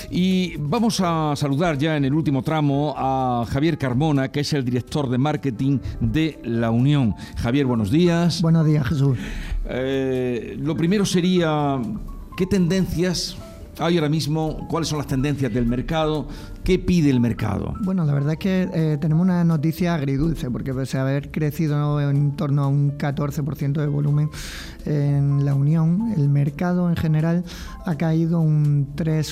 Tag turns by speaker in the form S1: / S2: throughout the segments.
S1: Y vamos a saludar ya en el último tramo a Javier Carmona, que es el director de marketing de La Unión. Javier, buenos días.
S2: Buenos días, Jesús.
S1: Lo primero sería, ¿qué tendencias hay ahora mismo? ¿Cuáles son las tendencias del mercado? ¿Qué pide el mercado?
S2: Bueno, la verdad es que tenemos una noticia agridulce, porque pese a haber crecido en torno a un 14% de volumen en La Unión, el mercado en general ha caído un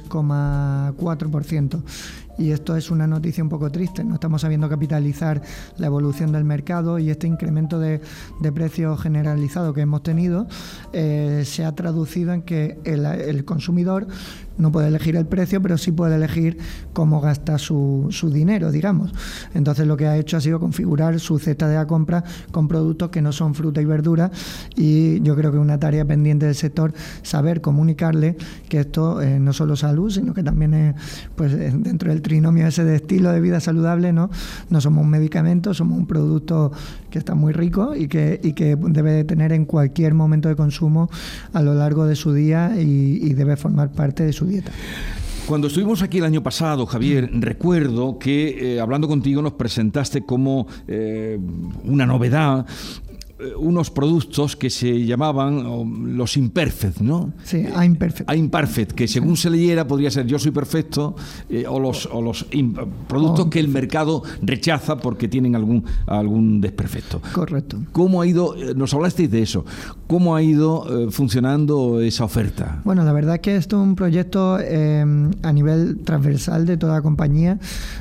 S2: 3,4%. Y esto es una noticia un poco triste. No estamos sabiendo capitalizar la evolución del mercado, y este incremento de precios generalizado que hemos tenido se ha traducido en que el consumidor no puede elegir el precio, pero sí puede elegir cómo gasta su dinero, digamos. Entonces lo que ha hecho ha sido configurar su cesta de la compra con productos que no son fruta y verdura, y yo creo que es una tarea pendiente del sector saber comunicarle que esto no solo es salud, sino que también es, pues, dentro del trinomio ese de estilo de vida saludable, no somos un medicamento, somos un producto que está muy rico y que debe tener en cualquier momento de consumo a lo largo de su día, y debe formar parte de su dieta.
S1: Cuando estuvimos aquí el año pasado, Javier, recuerdo que hablando contigo nos presentaste como una novedad unos productos que se llamaban los Imperfect, ¿no? Sí, Imperfect, que según se leyera podría ser Yo soy perfecto, o los productos que el mercado rechaza porque tienen algún desperfecto.
S2: Correcto.
S1: ¿Cómo ha ido? Nos hablasteis de eso. ¿Cómo ha ido funcionando esa oferta?
S2: Bueno, la verdad es que esto es un proyecto a nivel transversal de toda la compañía,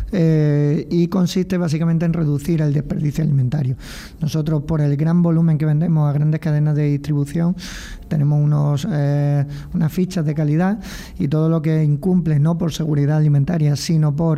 S2: y consiste básicamente en reducir el desperdicio alimentario. Nosotros, por el gran volumen que vendemos a grandes cadenas de distribución, tenemos unas fichas de calidad, y todo lo que incumple, no por seguridad alimentaria, sino por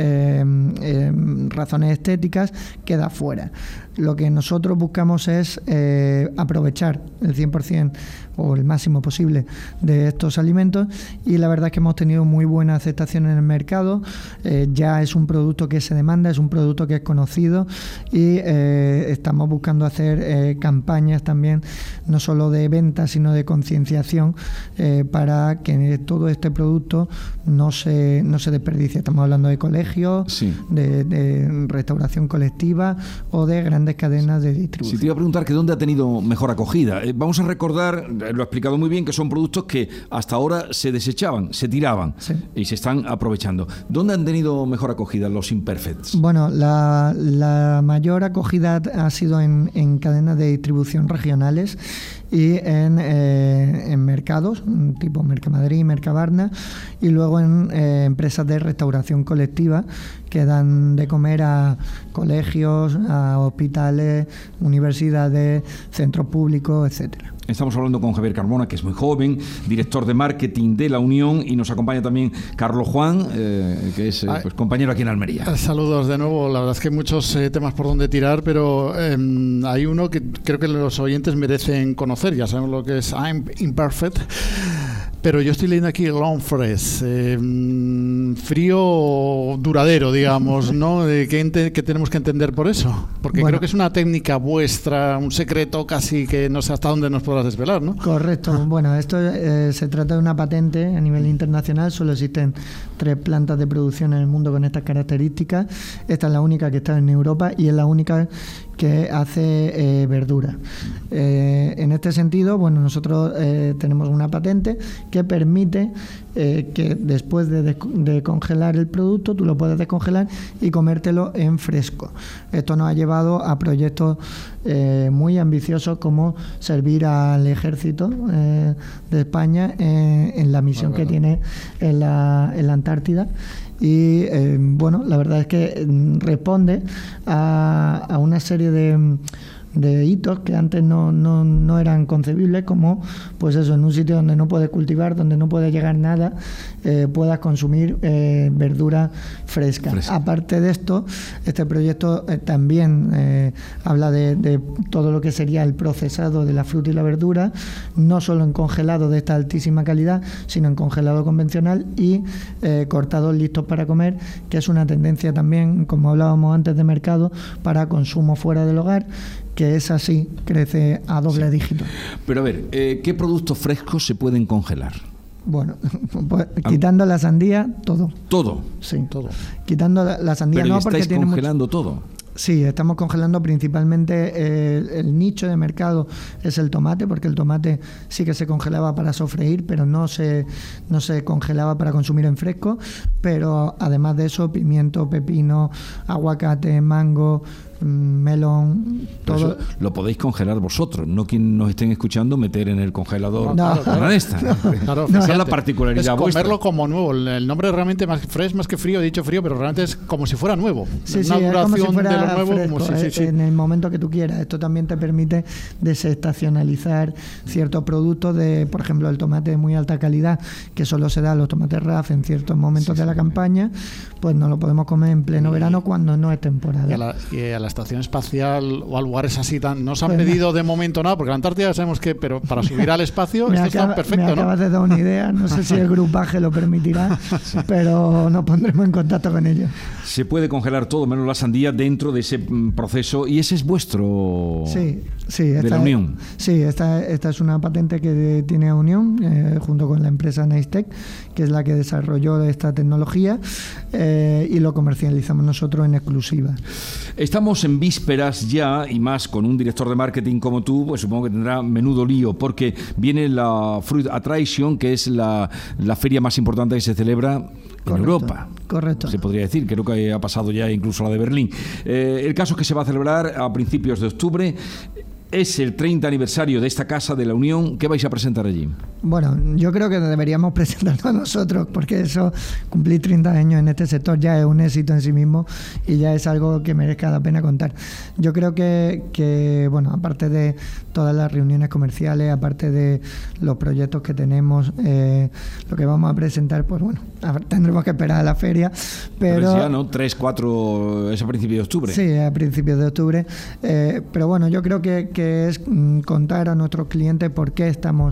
S2: razones estéticas, queda fuera. Lo que nosotros buscamos es aprovechar el 100% o el máximo posible de estos alimentos, y la verdad es que hemos tenido muy buena aceptación en el mercado. Ya es un producto que se demanda, es un producto que es conocido, y estamos buscando hacer campañas también, no solo de venta, sino de concienciación, para que todo este producto no se desperdicie. Estamos hablando de colegios, sí, de restauración colectiva o de grandes cadenas de distribución.
S1: Sí, te iba a preguntar que dónde ha tenido mejor acogida. Vamos a recordar, lo ha explicado muy bien, que son productos que hasta ahora se desechaban, se tiraban, sí, y se están aprovechando. ¿Dónde han tenido mejor acogida los Imperfects?
S2: Bueno, la mayor acogida ha sido en cadenas de distribución regionales y en mercados tipo Mercamadrid, Mercabarna, y luego en empresas de restauración colectiva que dan de comer a colegios, a hospitales, universidades, centros públicos, etcétera.
S1: Estamos hablando con Javier Carmona, que es muy joven, director de marketing de La Unión, y nos acompaña también Carlos Juan, que es compañero aquí en Almería.
S3: Saludos de nuevo. La verdad es que hay muchos temas por donde tirar, pero hay uno que creo que los oyentes merecen conocer. Ya sabemos lo que es Imperfect, pero yo estoy leyendo aquí Long Fresh, frío duradero, digamos, ¿no? ¿Qué tenemos que entender por eso? Porque creo que es una técnica vuestra, un secreto casi que no sé hasta dónde nos podrás desvelar, ¿no?
S2: Correcto. Bueno, esto se trata de una patente a nivel internacional. Solo existen 3 plantas de producción en el mundo con estas características. Esta es la única que está en Europa y es la única que hace verdura. En este sentido, bueno, nosotros tenemos una patente que permite que después de congelar el producto, tú lo puedes descongelar y comértelo en fresco. Esto nos ha llevado a proyectos muy ambiciosos, como servir al ejército de España en la misión que tiene en la Antártida. Y bueno, la verdad es que responde a una serie de hitos que antes no eran concebibles, como pues eso, en un sitio donde no puedes cultivar, donde no puede llegar nada, puedas consumir verdura fresca. Aparte de esto, este proyecto también habla de todo lo que sería el procesado de la fruta y la verdura, no solo en congelado de esta altísima calidad, sino en congelado convencional y cortados listos para comer, que es una tendencia también, como hablábamos antes, de mercado para consumo fuera del hogar, que es así, crece a doble dígito.
S1: Pero a ver, ¿qué productos frescos se pueden congelar?
S2: Bueno, pues, quitando la sandía, todo.
S1: Todo.
S2: Sí, todo. Quitando la sandía,
S1: pero
S2: no, porque
S1: estáis
S2: tiene
S1: congelando
S2: mucho...
S1: todo.
S2: Sí, estamos congelando principalmente el nicho de mercado es el tomate, porque el tomate sí que se congelaba para sofreír, pero no se congelaba para consumir en fresco. Pero además de eso, pimiento, pepino, aguacate, mango, melón, todo.
S1: Eso lo podéis congelar vosotros, no quien nos estén escuchando meter en el congelador
S3: Claro.
S1: esta.
S3: Claro,
S1: Esa es la particularidad
S3: es
S1: vuestra.
S3: comerlo como nuevo. El nombre realmente más fresh, más que frío, he dicho frío, pero realmente es como si fuera nuevo.
S2: Sí,
S3: una
S2: es como si
S3: duración
S2: fuera
S3: de lo nuevo,
S2: fresco,
S3: como si, sí.
S2: en el momento que tú quieras. Esto también te permite desestacionalizar ciertos productos de, por ejemplo, el tomate de muy alta calidad, que solo se da a los tomates RAF en ciertos momentos de la campaña, pues no lo podemos comer en pleno verano cuando no es temporada.
S3: Y a la estación espacial o a lugares así no se han pedido de momento nada, porque la Antártida sabemos que, pero para subir al espacio esto está perfecto,
S2: me acabas de dar una idea, no sé si el grupaje lo permitirá, pero nos pondremos en contacto con ellos.
S1: Se puede congelar todo menos la sandía dentro de ese proceso, y ese es vuestro de la Unión.
S2: Sí, esta es una patente que tiene Unión junto con la empresa Neistec, que es la que desarrolló esta tecnología, y lo comercializamos nosotros en exclusiva.
S1: Estamos en vísperas ya, y más con un director de marketing como tú, pues supongo que tendrá menudo lío, porque viene la Fruit Attraction, que es la feria más importante que se celebra en Europa.
S2: Correcto.
S1: Se podría decir, creo que ha pasado ya incluso la de Berlín. El caso es que se va a celebrar a principios de octubre. Es el 30 aniversario de esta Casa de la Unión. ¿Qué vais a presentar allí?
S2: Bueno, yo creo que deberíamos presentarlo nosotros, porque eso, cumplir 30 años en este sector ya es un éxito en sí mismo y ya es algo que merezca la pena contar. Yo creo que bueno, aparte de todas las reuniones comerciales, aparte de los proyectos que tenemos, lo que vamos a presentar, pues bueno, tendremos que esperar a la feria, pero
S1: ya, ¿no? 3, 4, es a principios de octubre.
S2: Sí, a principios de octubre. Pero bueno, yo creo que es contar a nuestros clientes por qué estamos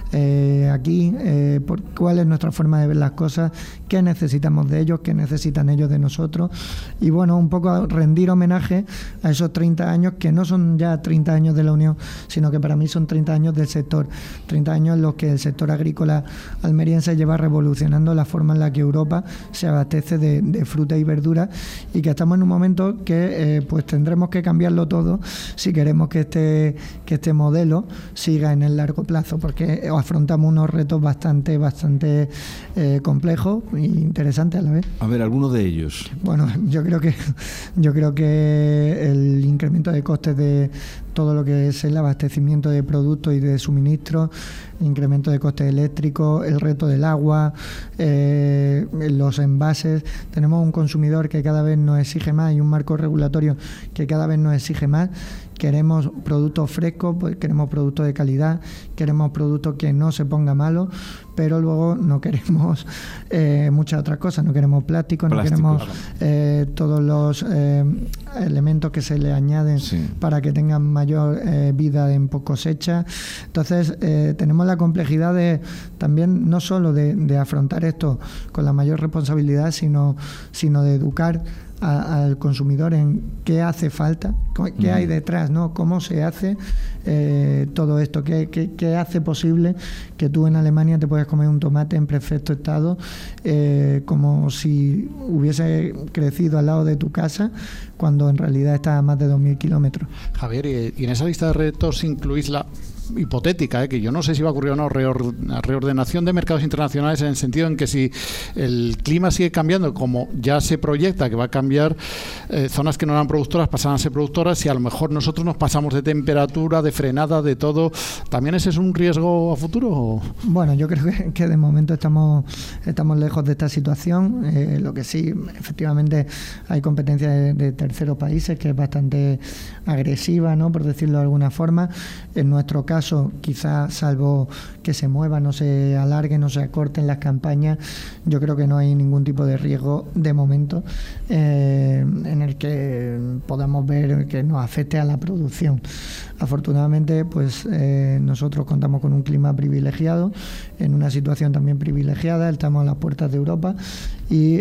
S2: aquí, cuál es nuestra forma de ver las cosas, qué necesitamos de ellos, qué necesitan ellos de nosotros, y bueno, un poco rendir homenaje a esos 30 años que no son ya 30 años de la Unión, sino que para mí son 30 años del sector, 30 años en los que el sector agrícola almeriense lleva revolucionando la forma en la que Europa se abastece de fruta y verdura, y que estamos en un momento que pues tendremos que cambiarlo todo si queremos que este modelo siga en el largo plazo, porque afrontamos unos retos bastante complejos e interesantes a la vez.
S1: A ver, algunos de ellos.
S2: Bueno, yo creo que el incremento de costes de todo lo que es el abastecimiento de productos y de suministro, incremento de costes eléctricos, el reto del agua, los envases. Tenemos un consumidor que cada vez nos exige más y un marco regulatorio que cada vez nos exige más. Queremos productos frescos, pues queremos productos de calidad, queremos productos que no se ponga malo, pero luego no queremos muchas otras cosas, no queremos plástico, no queremos todos los elementos que se le añaden para que tengan mayor vida en cosecha. Entonces tenemos la complejidad de también no solo de afrontar esto con la mayor responsabilidad, sino de educar al consumidor en qué hace falta, qué hay detrás, ¿no? Cómo se hace todo esto, qué hace posible que tú en Alemania te puedas comer un tomate en perfecto estado, como si hubiese crecido al lado de tu casa, cuando en realidad está a más de 2.000 kilómetros.
S3: Javier, y en esa lista de retos incluís la hipotética, que yo no sé si va a ocurrir o no, reordenación de mercados internacionales, en el sentido en que si el clima sigue cambiando, como ya se proyecta que va a cambiar, zonas que no eran productoras pasarán a ser productoras, y a lo mejor nosotros nos pasamos de temperatura, de frenada, de todo. ¿También ese es un riesgo a futuro?
S2: Bueno, yo creo que de momento estamos lejos de esta situación. Lo que sí, efectivamente, hay competencia de terceros países que es bastante agresiva, ¿no?, por decirlo de alguna forma. En nuestro caso, quizás salvo que se mueva, no se alargue, no se acorten las campañas, yo creo que no hay ningún tipo de riesgo de momento en el que podamos ver que nos afecte a la producción. Afortunadamente, pues nosotros contamos con un clima privilegiado, en una situación también privilegiada, estamos a las puertas de Europa y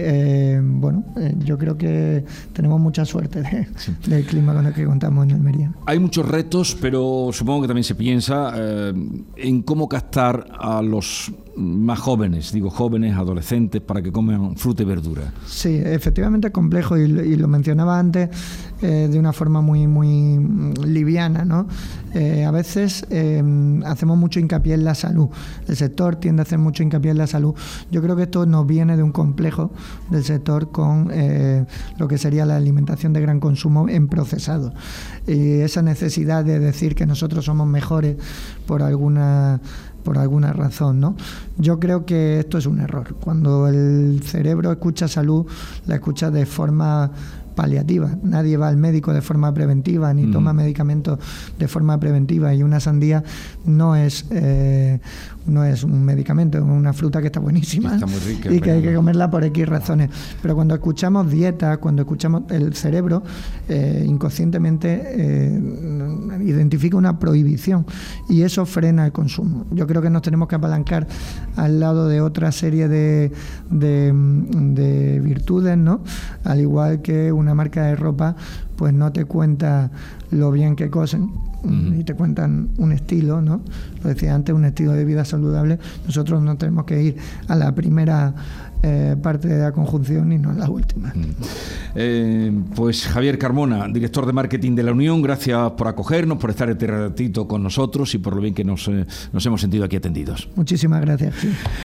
S2: yo creo que tenemos mucha suerte del clima con el que contamos en Almería.
S1: Hay muchos retos, pero supongo que también se piensa en cómo captar a los más jóvenes, digo jóvenes, adolescentes, para que coman fruta y verdura.
S2: Sí, efectivamente es complejo y lo mencionaba antes de una forma muy liviana, ¿no? A veces hacemos mucho hincapié en la salud. El sector tiende a hacer mucho hincapié en la salud. Yo creo que esto nos viene de un complejo del sector con lo que sería la alimentación de gran consumo en procesado. Y esa necesidad de decir que nosotros somos mejores por alguna razón, ¿no? Yo creo que esto es un error. Cuando el cerebro escucha salud, la escucha de forma paliativa. Nadie va al médico de forma preventiva ni toma medicamentos de forma preventiva, y una sandía no es un medicamento, es una fruta que está buenísima,
S1: está muy rica,
S2: y que hay que comerla por X razones. Pero cuando escuchamos dieta, cuando escuchamos, el cerebro inconscientemente identifica una prohibición, y eso frena el consumo. Yo creo que nos tenemos que apalancar al lado de otra serie de virtudes, ¿no? Al igual que una marca de ropa pues no te cuenta lo bien que cosen, y te cuentan un estilo, ¿no? Lo decía antes, un estilo de vida saludable. Nosotros no tenemos que ir a la primera parte de la conjunción y no a la última.
S1: Pues Javier Carmona, director de marketing de La Unión, gracias por acogernos, por estar este ratito con nosotros y por lo bien que nos hemos sentido aquí atendidos.
S2: Muchísimas gracias. Sí.